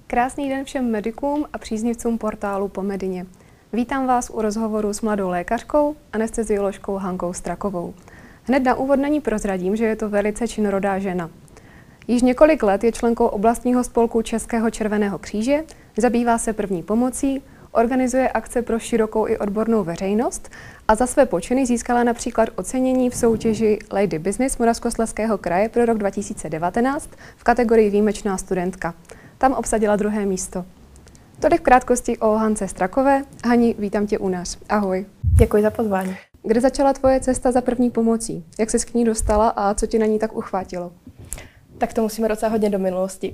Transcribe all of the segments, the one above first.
Krásný den všem medikům a příznivcům portálu Po Medině. Vítám vás u rozhovoru s mladou lékařkou, anestezioložkou Hankou Strakovou. Hned na úvod na ní prozradím, že je to velice činorodá žena. Již několik let je členkou oblastního spolku Českého červeného kříže, zabývá se první pomocí, organizuje akce pro širokou i odbornou veřejnost a za své počiny získala například ocenění v soutěži Lady Business Moravskoslezského kraje pro rok 2019 v kategorii Výjimečná studentka. Tam obsadila 2. místo. Tolik v krátkosti o Hance Strakové. Hani, vítám tě u nás. Ahoj. Děkuji za pozvání. Kde začala tvoje cesta za první pomocí? Jak ses k ní dostala a co tě na ní tak uchvátilo? Tak to musíme docela hodně do minulosti.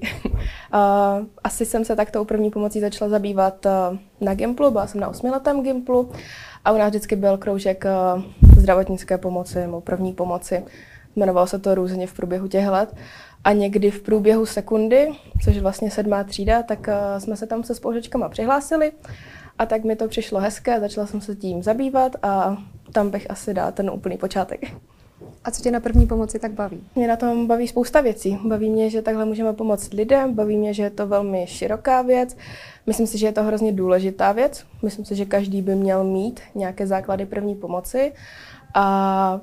Asi jsem se tak tou první pomocí začala zabývat na Gimplu, byla jsem na 8letém Gimplu a u nás vždycky byl kroužek zdravotnické pomoci nebo první pomoci. Jmenovalo se to různě v průběhu těch let. A někdy v průběhu sekundy, což je vlastně 7. třída, tak jsme se tam se spolužačkama přihlásili a tak mi to přišlo hezké, začala jsem se tím zabývat a tam bych asi dala ten úplný počátek. A co tě na první pomoci tak baví? Mě na tom baví spousta věcí. Baví mě, že takhle můžeme pomoct lidem, baví mě, že je to velmi široká věc. Myslím si, že je to hrozně důležitá věc. Myslím si, že každý by měl mít nějaké základy první pomoci a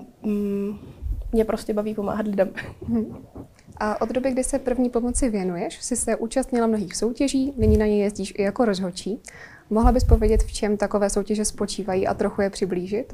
mě prostě baví pomáhat lidem. A od doby, kdy se první pomoci věnuješ, jsi se účastnila mnohých soutěží, nyní na ně jezdíš i jako rozhodčí. Mohla bys povědět, v čem takové soutěže spočívají a trochu je přiblížit?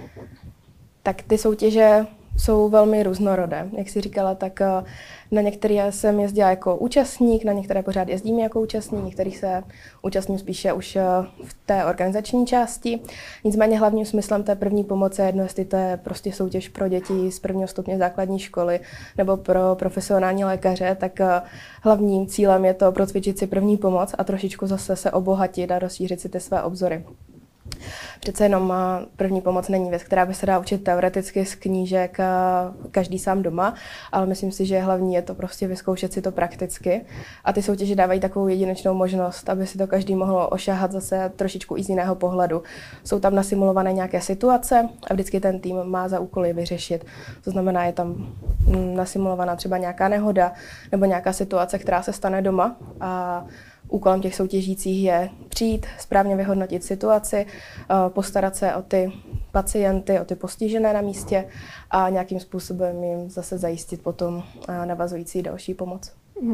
Tak ty soutěže jsou velmi různorodé. Jak jsi říkala, tak na některé jsem jezdila jako účastník, na některé pořád jezdím jako účastník, některých se účastním spíše už v té organizační části. Nicméně hlavním smyslem té první pomoci je jedno, jestli to je prostě soutěž pro děti z 1. stupně základní školy nebo pro profesionální lékaře, tak hlavním cílem je to procvičit si první pomoc a trošičku zase se obohatit a rozšířit si ty své obzory. Přece jenom první pomoc není věc, která by se dá učit teoreticky z knížek každý sám doma, ale myslím si, že hlavní je to prostě vyzkoušet si to prakticky. A ty soutěže dávají takovou jedinečnou možnost, aby si to každý mohl ošahat zase trošičku i z jiného pohledu. Jsou tam nasimulované nějaké situace a vždycky ten tým má za úkol je vyřešit. To znamená, je tam nasimulovaná třeba nějaká nehoda nebo nějaká situace, která se stane doma a úkolem těch soutěžících je přijít, správně vyhodnotit situaci, postarat se o ty pacienty, o ty postižené na místě a nějakým způsobem jim zase zajistit potom navazující další pomoc.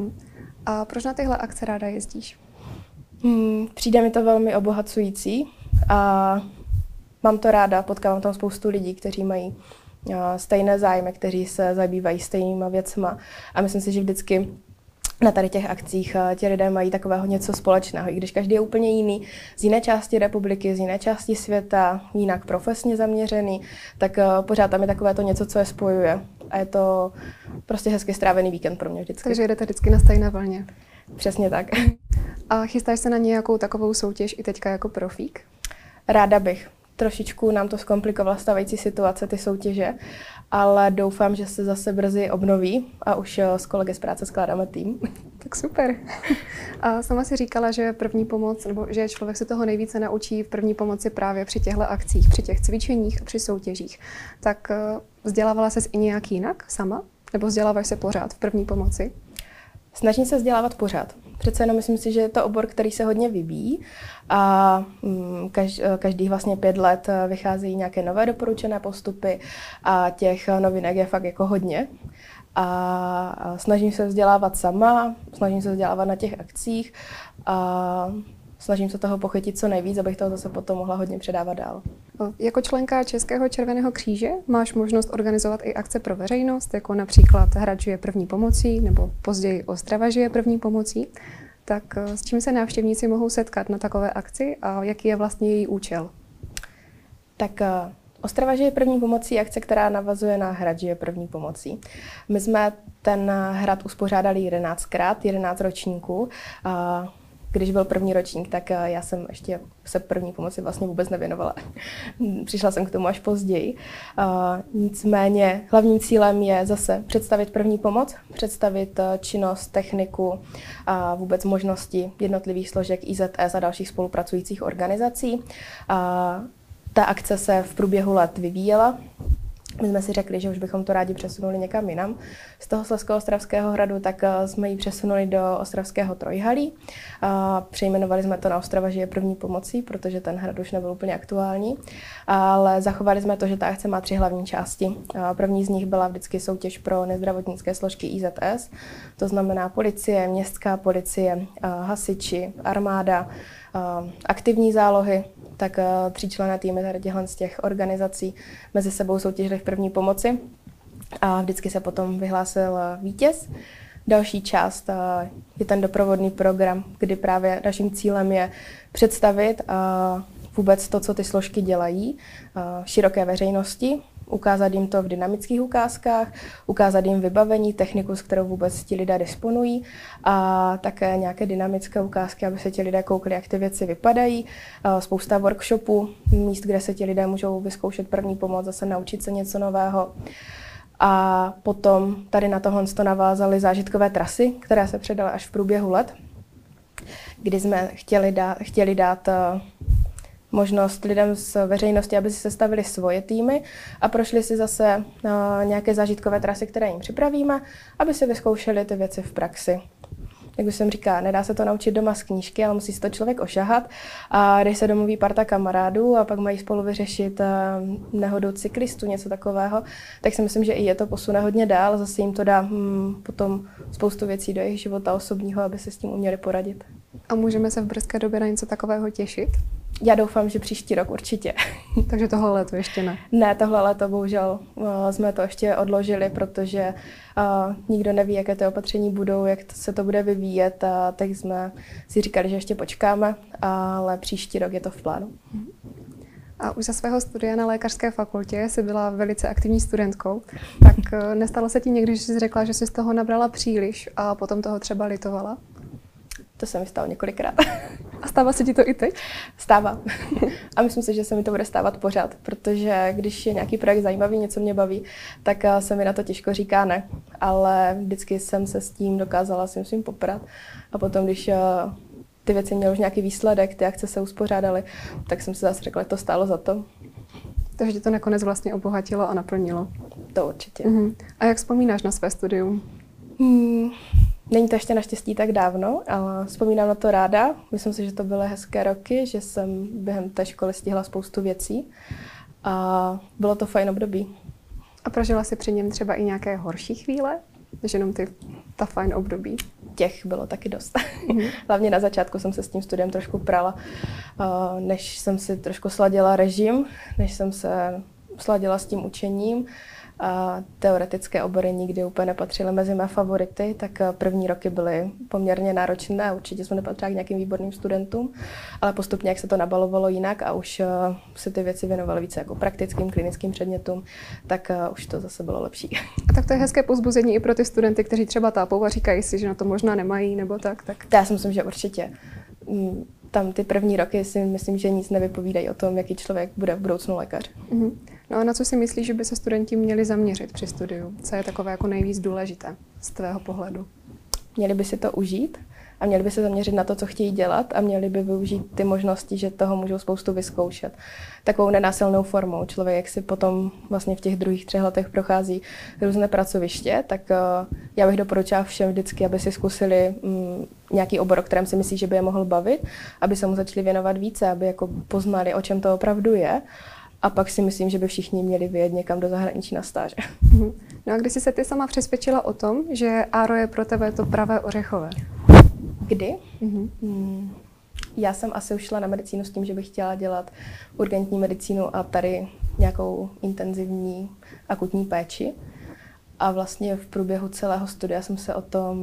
A proč na tyhle akce ráda jezdíš? Přijde mi to velmi obohacující a mám to ráda, potkávám tam spoustu lidí, kteří mají stejné zájmy, kteří se zabývají stejnýma věcma a myslím si, že vždycky na tady těch akcích ti lidé mají takového něco společného, i když každý je úplně jiný, z jiné části republiky, z jiné části světa, jinak profesně zaměřený, tak pořád tam je takové to něco, co je spojuje. A je to prostě hezky strávený víkend pro mě vždycky. Takže jdete vždycky na stejné vlně. Přesně tak. A chystáš se na nějakou takovou soutěž i teďka jako profík? Ráda bych. Trošičku nám to zkomplikovala stávající situace, ty soutěže, ale doufám, že se zase brzy obnoví a už s kolegy z práce skládáme tým. Tak super. A sama si říkala, že první pomoc, nebo že člověk se toho nejvíce naučí v první pomoci právě při těchto akcích, při těch cvičeních a při soutěžích. Tak vzdělávala ses i nějak jinak sama? Nebo vzděláváš se pořád v první pomoci? Snažím se vzdělávat pořád. Přece jenom myslím si, že je to obor, který se hodně vyvíjí a každých vlastně 5 let vycházejí nějaké nové doporučené postupy a těch novinek je fakt jako hodně. A snažím se vzdělávat sama, snažím se vzdělávat na těch akcích a snažím se toho pochytit co nejvíc, abych toho zase potom mohla hodně předávat dál. Jako členka Českého červeného kříže máš možnost organizovat i akce pro veřejnost, jako například Hrad žije první pomocí nebo později Ostrava žije první pomocí. Tak s čím se návštěvníci mohou setkat na takové akci a jaký je vlastně její účel? Tak Ostrava žije první pomocí akce, která navazuje na Hrad žije první pomocí. My jsme ten hrad uspořádali 11krát, 11 ročníků. Když byl první ročník, tak já jsem ještě se první pomoci vlastně vůbec nevěnovala. Přišla jsem k tomu až později. Nicméně hlavním cílem je zase představit první pomoc, představit činnost, techniku a vůbec možnosti jednotlivých složek IZS a dalších spolupracujících organizací. Ta akce se v průběhu let vyvíjela. My jsme si řekli, že už bychom to rádi přesunuli někam jinam. Z toho Slezsko-Ostravského hradu tak jsme ji přesunuli do Ostravského Trojhalí. Přejmenovali jsme to na Ostrava žije první pomocí, protože ten hrad už nebyl úplně aktuální. Ale zachovali jsme to, že ta akce má 3 hlavní části. První z nich byla vždycky soutěž pro nezdravotnické složky IZS, to znamená policie, městská policie, hasiči, armáda, aktivní zálohy. Tak 3členné týmy tady z těch organizací mezi sebou soutěžily v první pomoci a vždycky se potom vyhlásil vítěz. Další část je ten doprovodný program, kdy právě naším cílem je představit vůbec to, co ty složky dělají, široké veřejnosti, ukázat jim to v dynamických ukázkách, ukázat jim vybavení, techniku, s kterou vůbec ti lidé disponují a také nějaké dynamické ukázky, aby se ti lidé koukli, jak ty věci vypadají. Spousta workshopů, míst, kde se ti lidé můžou vyzkoušet první pomoc, zase naučit se něco nového. A potom tady na tohle navázaly zážitkové trasy, které se předaly až v průběhu let, kdy jsme chtěli dát možnost lidem z veřejnosti, aby si sestavili svoje týmy a prošli si zase nějaké zážitkové trasy, které jim připravíme, aby si vyzkoušeli ty věci v praxi. Jak už jsem říkala, nedá se to naučit doma z knížky, ale musí si to člověk ošahat. A když se domluví parta kamarádů a pak mají spolu vyřešit nehodu cyklistů, něco takového, tak si myslím, že i je to posune hodně dál. Zase jim to dá potom spoustu věcí do jejich života osobního, aby se s tím uměli poradit. A můžeme se v brzké době na něco takového těšit? Já doufám, že příští rok určitě. Takže tohle léto ještě ne? Ne, tohle léto bohužel jsme to ještě odložili, protože nikdo neví, jaké ty opatření budou, jak se to bude vyvíjet. A tak jsme si říkali, že ještě počkáme, ale příští rok je to v plánu. A už za svého studia na lékařské fakultě jsi byla velice aktivní studentkou. Tak nestalo se ti někdy, že jsi řekla, že jsi z toho nabrala příliš a potom toho třeba litovala? To se mi stalo několikrát. A stává se ti to i teď? Stává. A myslím si, že se mi to bude stávat pořád, protože když je nějaký projekt zajímavý, něco mě baví, tak se mi na to těžko říká ne. Ale vždycky jsem se s tím dokázala si musím poprat. A potom, když ty věci měly už nějaký výsledek, ty akce se uspořádaly, tak jsem si zase řekla, že to stálo za to. Takže tě to nakonec vlastně obohatilo a naplnilo. To určitě. A jak vzpomínáš na své studium? Není to ještě naštěstí tak dávno, ale vzpomínám na to ráda. Myslím si, že to byly hezké roky, že jsem během té školy stihla spoustu věcí a bylo to fajn období. A prožila jsi při něm třeba i nějaké horší chvíle, než jenom ta fajn období? Těch bylo taky dost. Hlavně na začátku jsem se s tím studiem trošku prala, než jsem si trošku sladila režim, než jsem se sladila s tím učením. A teoretické obory nikdy úplně nepatřily mezi mé favority, tak první roky byly poměrně náročné. Určitě jsme nepatřili k nějakým výborným studentům, ale postupně, jak se to nabalovalo jinak a už se ty věci věnovaly více jako praktickým, klinickým předmětům, tak už to zase bylo lepší. A tak to je hezké povzbuzení i pro ty studenty, kteří třeba tápou a říkají si, že na to možná nemají nebo tak. Já si myslím, že určitě. Tam ty první roky si myslím, že nic nevypovídají o tom, jaký člověk bude v budoucnu lékař. No a na co si myslíš, že by se studenti měli zaměřit při studiu? Co je takové jako nejvíc důležité z tvého pohledu? Měli by si to užít a měli by se zaměřit na to, co chtějí dělat a měli by využít ty možnosti, že toho můžou spoustu vyzkoušet. Takovou nenásilnou formou. Člověk, jak si potom vlastně v těch druhých 3 letech prochází různé pracoviště, tak já bych doporučila všem vždycky, aby si zkusili nějaký obor, o kterém si myslí, že by je mohl bavit, aby se mu začali věnovat více, aby jako poznali, o čem to opravdu je. A pak si myslím, že by všichni měli vyjet někam do zahraničí na stáže. No a kdy jsi se ty sama přesvědčila o tom, že ARO je pro tebe to pravé ořechové? Kdy? Já jsem asi už šla na medicínu s tím, že bych chtěla dělat urgentní medicínu a tady nějakou intenzivní akutní péči. A vlastně v průběhu celého studia jsem se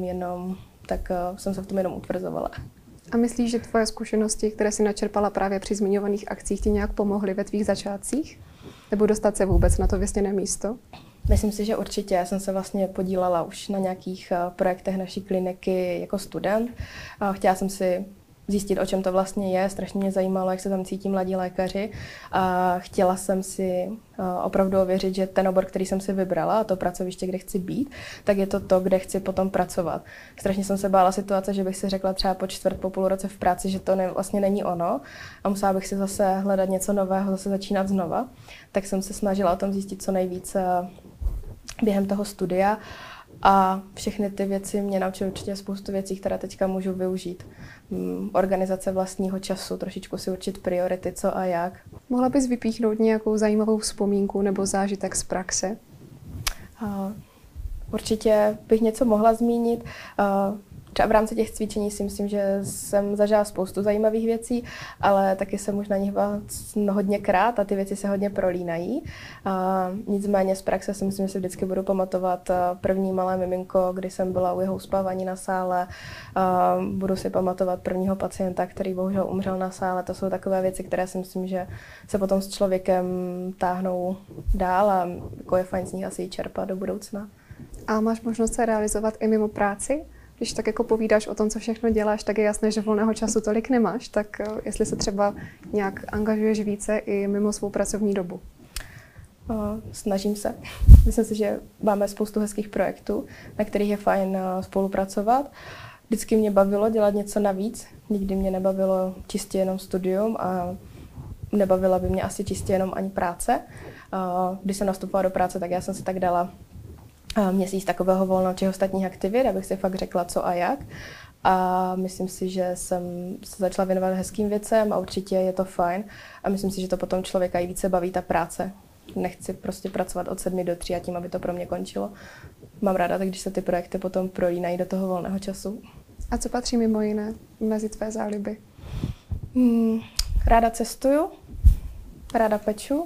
jsem se v tom jenom utvrzovala. A myslíš, že tvoje zkušenosti, které jsi načerpala právě při zmiňovaných akcích, ti nějak pomohly ve tvých začátcích? Nebo dostat se vůbec na to vysněné místo? Myslím si, že určitě. Já jsem se vlastně podílela už na nějakých projektech naší kliniky jako student. Chtěla jsem si zjistit, o čem to vlastně je. Strašně mě zajímalo, jak se tam cítí mladí lékaři a chtěla jsem si opravdu ověřit, že ten obor, který jsem si vybrala, a to pracoviště, kde chci být, tak je to, kde chci potom pracovat. Strašně jsem se bála situace, že bych si řekla třeba po půl roce v práci, že to vlastně není ono a musela bych si zase hledat něco nového, zase začínat znova. Tak jsem se snažila o tom zjistit co nejvíc během toho studia. A všechny ty věci mě naučily určitě spoustu věcí, které teďka můžu využít. Organizace vlastního času, trošičku si určit priority, co a jak. Mohla bys vypíchnout nějakou zajímavou vzpomínku nebo zážitek z praxe? Určitě bych něco mohla zmínit. Třeba v rámci těch cvičení si myslím, že jsem zažila spoustu zajímavých věcí, ale taky jsem už na nich byla hodněkrát a ty věci se hodně prolínají. Nicméně z praxe si myslím, že si vždycky budu pamatovat první malé miminko, kdy jsem byla u jeho uspávání na sále. Budu si pamatovat prvního pacienta, který bohužel umřel na sále. To jsou takové věci, které si myslím, že se potom s člověkem táhnou dál a jako je fajn z nich asi i čerpat do budoucna. A máš možnost se realizovat i mimo práci? Když tak jako povídáš o tom, co všechno děláš, tak je jasné, že volného času tolik nemáš, tak jestli se třeba nějak angažuješ více i mimo svou pracovní dobu? Snažím se. Myslím si, že máme spoustu hezkých projektů, na kterých je fajn spolupracovat. Vždycky mě bavilo dělat něco navíc. Nikdy mě nebavilo čistě jenom studium a nebavila by mě asi čistě jenom ani práce. Když jsem nastupovala do práce, tak já jsem si tak dala měsíc takového volna od těch ostatních aktivit, abych si fakt řekla co a jak. A myslím si, že jsem se začala věnovat hezkým věcem a určitě je to fajn. A myslím si, že to potom člověka i více baví ta práce. Nechci prostě pracovat od 7 do 3 a tím, aby to pro mě končilo. Mám ráda, tak když se ty projekty potom prolínají do toho volného času. A co patří mimo jiné mezi tvé záliby? Ráda cestuju, ráda peču.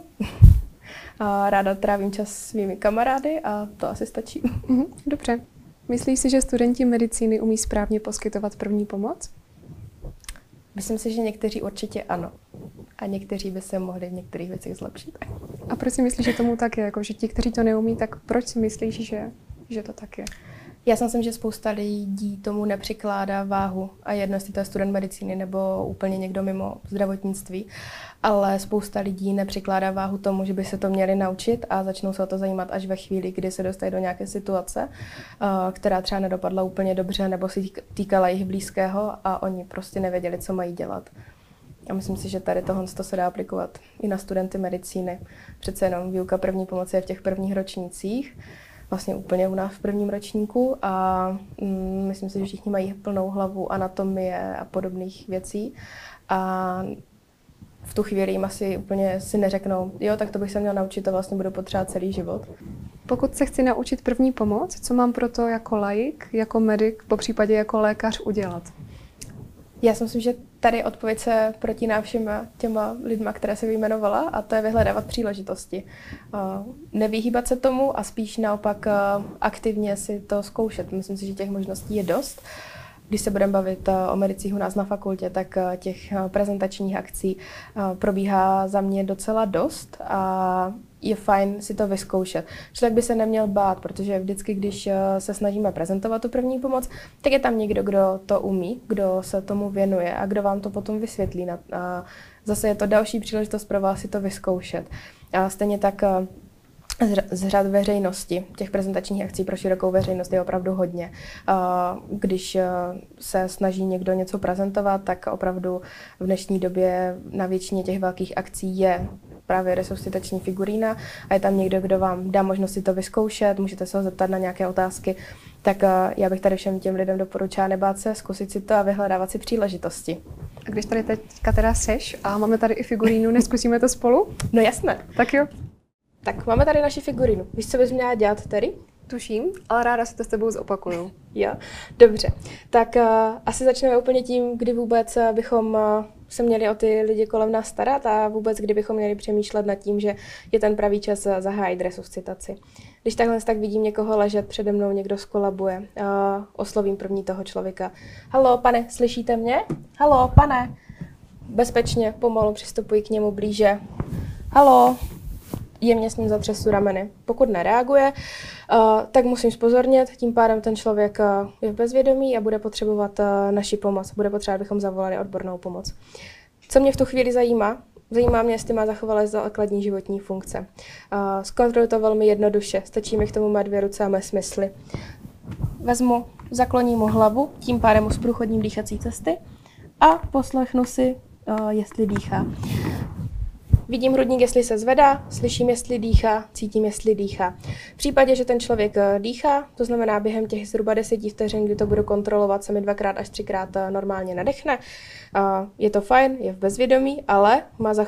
A ráda trávím čas s svými kamarády a to asi stačí. Dobře. Myslíš si, že studenti medicíny umí správně poskytovat první pomoc? Myslím si, že někteří určitě ano. A někteří by se mohli v některých věcech zlepšit. A proč si myslíš, že tomu tak je? Jako, že ti, kteří to neumí, tak proč si myslíš, že to tak je? Já si myslím, že spousta lidí tomu nepřikládá váhu a jedno, jestli to je student medicíny nebo úplně někdo mimo zdravotnictví, ale spousta lidí nepřikládá váhu tomu, že by se to měli naučit a začnou se o to zajímat až ve chvíli, kdy se dostají do nějaké situace, která třeba nedopadla úplně dobře nebo si týkala jejich blízkého a oni prostě nevěděli, co mají dělat. A myslím si, že tady tohle se dá aplikovat i na studenty medicíny. Přece jenom výuka první pomoci je v těch prvních ročnících, vlastně úplně u nás v prvním ročníku a myslím si, že všichni mají plnou hlavu anatomie a podobných věcí a v tu chvíli jim asi úplně si neřeknou, jo, tak to bych se měl naučit a vlastně budu potřebovat celý život. Pokud se chci naučit první pomoc, co mám pro to jako laik, jako medic, popřípadě jako lékař udělat? Já si myslím, že tady odpověď se protíná všema těma lidma, které se vyjmenovala a to je vyhledávat příležitosti. Nevyhýbat se tomu a spíš naopak aktivně si to zkoušet. Myslím si, že těch možností je dost. Když se budeme bavit o medicích u nás na fakultě, tak těch prezentačních akcí probíhá za mě docela dost a je fajn si to vyzkoušet. Člověk by se neměl bát, protože vždycky, když se snažíme prezentovat tu první pomoc, tak je tam někdo, kdo to umí, kdo se tomu věnuje a kdo vám to potom vysvětlí. A zase je to další příležitost pro vás si to vyzkoušet. A stejně tak z řad veřejnosti, těch prezentačních akcí pro širokou veřejnost je opravdu hodně. Když se snaží někdo něco prezentovat, tak opravdu v dnešní době na většině těch velkých akcí je právě resuscitační figurína a je tam někdo, kdo vám dá možnost si to vyzkoušet, můžete se ho zeptat na nějaké otázky, tak já bych tady všem těm lidem doporučila nebát se, zkusit si to a vyhledávat si příležitosti. A když tady teďka teda seš a máme tady i figurínu, neskusíme to spolu? No jasné. Tak jo. Tak máme tady naši figurínu. Víš, co bys měla dělat tady? Tuším, ale ráda si to s tebou zopakuju. Jo, dobře. Tak asi začneme úplně tím, kdy vůbec bychom se měli o ty lidi kolem nás starat a vůbec kdybychom měli přemýšlet nad tím, že je ten pravý čas zahájit resuscitaci. Když takhle tak vidím někoho ležet přede mnou, někdo skolabuje, oslovím první toho člověka. Haló, pane, slyšíte mě? Haló, pane. Bezpečně, pomalu přistupuji k němu blíže. Haló, jemně s ním zatřesu rameny. Pokud nereaguje, tak musím zpozornit, tím pádem ten člověk je v bezvědomí a bude potřebovat naši pomoc. Bude potřeba, abychom zavolali odbornou pomoc. Co mě v tu chvíli zajímá? Zajímá mě, jestli má zachovalé základní životní funkce. Zkontroluji to velmi jednoduše, stačí mi k tomu mít 2 ruce a mé smysly. Zakloním mu hlavu, tím pádem mu zprůchodním dýchací cesty a poslechnu si, jestli dýchá. Vidím hrudník, jestli se zvedá, slyším, jestli dýchá, cítím, jestli dýchá. V případě, že ten člověk dýchá, to znamená během těch zhruba 10 vteřin, kdy to budu kontrolovat, se mi 2x až 3x normálně nadechne. Je to fajn, je v bezvědomí, ale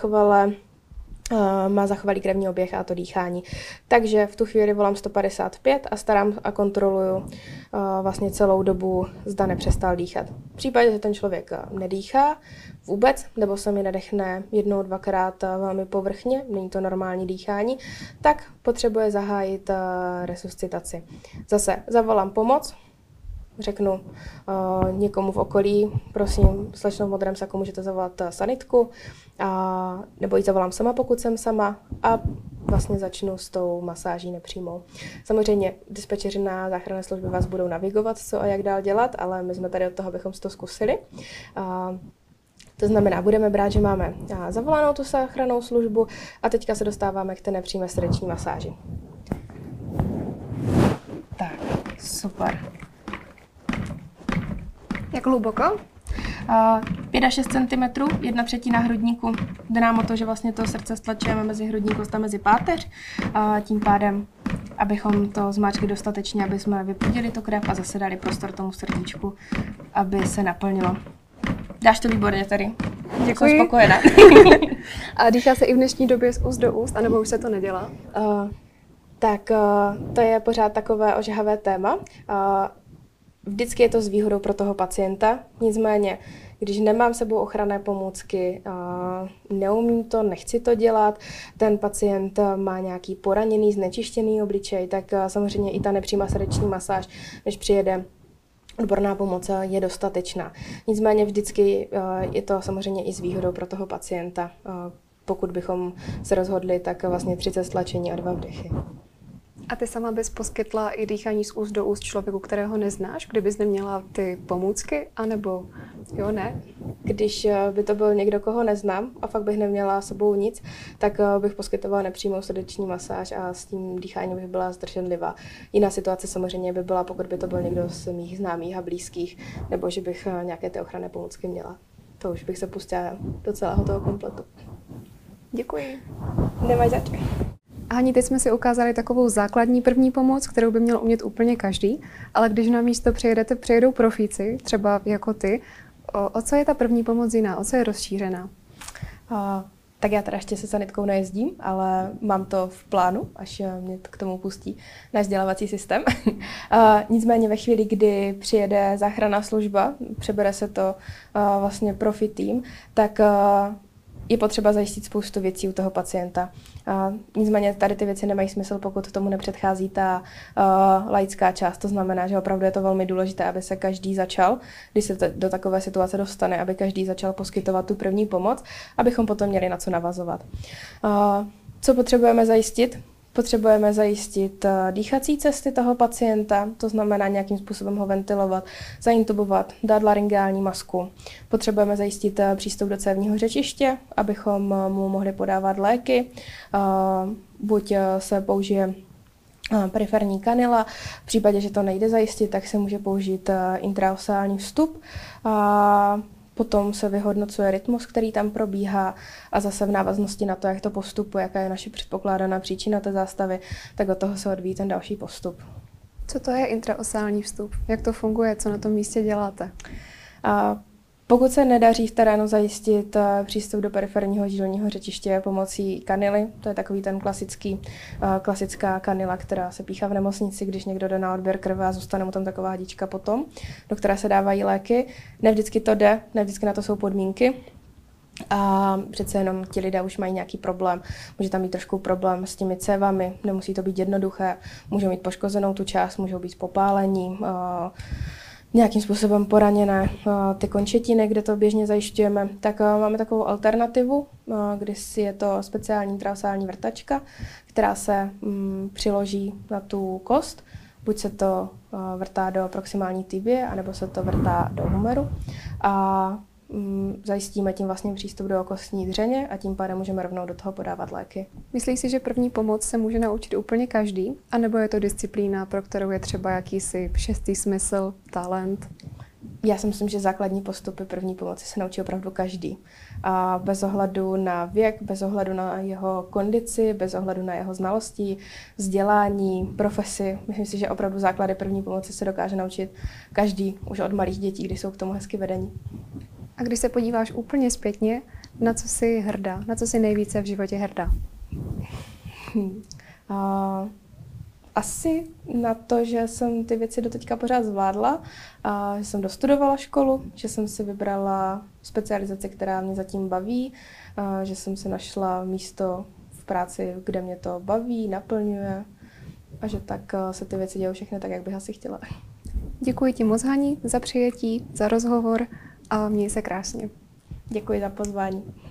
má zachovalý krevní oběh a to dýchání. Takže v tu chvíli volám 155 a starám a kontroluju vlastně celou dobu, zda nepřestal dýchat. V případě, že ten člověk nedýchá vůbec, nebo se mi nadechne 1, 2x velmi povrchně, není to normální dýchání, tak potřebuje zahájit resuscitaci. Zase zavolám pomoc, řeknu někomu v okolí, prosím, slečno v modrém saku, můžete zavolat sanitku, nebo ji zavolám sama, pokud jsem sama, a vlastně začnu s tou masáží nepřímou. Samozřejmě dispečeři na záchranné službě vás budou navigovat, co a jak dál dělat, ale my jsme tady od toho, abychom si to zkusili. To znamená, budeme brát, že máme zavolanou tu záchrannou službu a teďka se dostáváme k té nepřímé srdeční masáži. Tak, super. Jak hluboko? 5 až 6 cm, 1/3 hrudníku. Jde nám o to, že vlastně to srdce stlačujeme mezi hrudní kost a mezi páteř. Tím pádem, abychom to zmáčkli dostatečně, aby jsme vypudili tu krev a zase dali prostor tomu srdíčku, aby se naplnilo. Dáš to výborně tady. Děkuji. Jsem spokojená. A dýchá se i v dnešní době z úst do úst, anebo už se to nedělá? To je pořád takové ožehavé téma. Vždycky je to s výhodou pro toho pacienta, nicméně, když nemám sebou ochranné pomůcky, neumím to, nechci to dělat, ten pacient má nějaký poraněný, znečištěný obličej, tak samozřejmě i ta nepřímá srdeční masáž, než přijede odborná pomoc, je dostatečná. Nicméně vždycky je to samozřejmě i s výhodou pro toho pacienta. Pokud bychom se rozhodli, tak vlastně 30 stlačení a 2 vdechy. A ty sama bys poskytla i dýchání z úst do úst člověku, kterého neznáš, kdybys neměla ty pomůcky, anebo jo, ne? Když by to byl někdo, koho neznám a fakt bych neměla s sebou nic, tak bych poskytovala nepřímou srdeční masáž a s tím dýcháním bych byla zdrženlivá. Jiná situace samozřejmě by byla, pokud by to byl někdo z mých známých a blízkých, nebo že bych nějaké ty ochranné pomůcky měla. To už bych se pustila do celého toho kompletu. Děkuji. Nemáš zač. Hani, teď jsme si ukázali takovou základní první pomoc, kterou by měl umět úplně každý, ale když na místo přijedou profíci, třeba jako ty, o co je ta první pomoc jiná, o co je rozšířená? Tak já teda ještě se sanitkou nejezdím, ale mám to v plánu, až mě k tomu pustí náš vzdělávací systém. Nicméně ve chvíli, kdy přijede záchranná služba, přebere se to vlastně profi tým, tak je potřeba zajistit spoustu věcí u toho pacienta. Nicméně tady ty věci nemají smysl, pokud tomu nepředchází ta laická část. To znamená, že opravdu je to velmi důležité, aby se každý začal, když se do takové situace dostane, aby každý začal poskytovat tu první pomoc, abychom potom měli na co navazovat. Co potřebujeme zajistit? Potřebujeme zajistit dýchací cesty toho pacienta, to znamená nějakým způsobem ho ventilovat, zaintubovat, dát laryngální masku. Potřebujeme zajistit přístup do cévního řečiště, abychom mu mohli podávat léky. Buď se použije periferní kanila, v případě, že to nejde zajistit, tak se může použít intraoseální vstup. Potom se vyhodnocuje rytmus, který tam probíhá a zase v návaznosti na to, jak to postupuje, jaká je naše předpokládaná příčina té zástavy, tak od toho se odvíjí ten další postup. Co to je intraoseální vstup? Jak to funguje? Co na tom místě děláte? Pokud se nedaří v terénu zajistit přístup do periferního žilního řečiště pomocí kanily, to je takový ten klasická kanila, která se píchá v nemocnici, když někdo jde na odběr krve a zůstane mu tam taková hadička potom, do které se dávají léky. Nevždycky to jde, nevždycky na to jsou podmínky. A přece jenom ti lidé už mají nějaký problém. Může tam být trošku problém s těmi cévami, nemusí to být jednoduché, můžou mít poškozenou tu část, můžou být popálení, nějakým způsobem poraněné ty končetiny, kde to běžně zajišťujeme, tak máme takovou alternativu, kdy je to speciální traunsální vrtačka, která se přiloží na tu kost. Buď se to vrtá do proximální tibie, anebo se to vrtá do humeru. A zajistíme tím vlastně přístup do kostní dřeně a tím pádem můžeme rovnou do toho podávat léky. Myslíš si, že první pomoc se může naučit úplně každý? A nebo je to disciplína, pro kterou je třeba jakýsi šestý smysl, talent? Já si myslím, že základní postupy první pomoci se naučí opravdu každý. A bez ohledu na věk, bez ohledu na jeho kondici, bez ohledu na jeho znalosti, vzdělání, profesi. Myslím si, že opravdu základy první pomoci se dokáže naučit každý už od malých dětí, kdy jsou k tomu hezky vedení. A když se podíváš úplně zpětně, na co jsi hrdá? Na co jsi nejvíce v životě hrdá? Asi na to, že jsem ty věci doteďka pořád zvládla, a že jsem dostudovala školu, že jsem si vybrala specializaci, která mě zatím baví, že jsem si našla místo v práci, kde mě to baví, naplňuje a že tak se ty věci dějou všechny tak, jak bych asi chtěla. Děkuji ti moc, Hani, za přijetí, za rozhovor a měj se krásně. Děkuji za pozvání.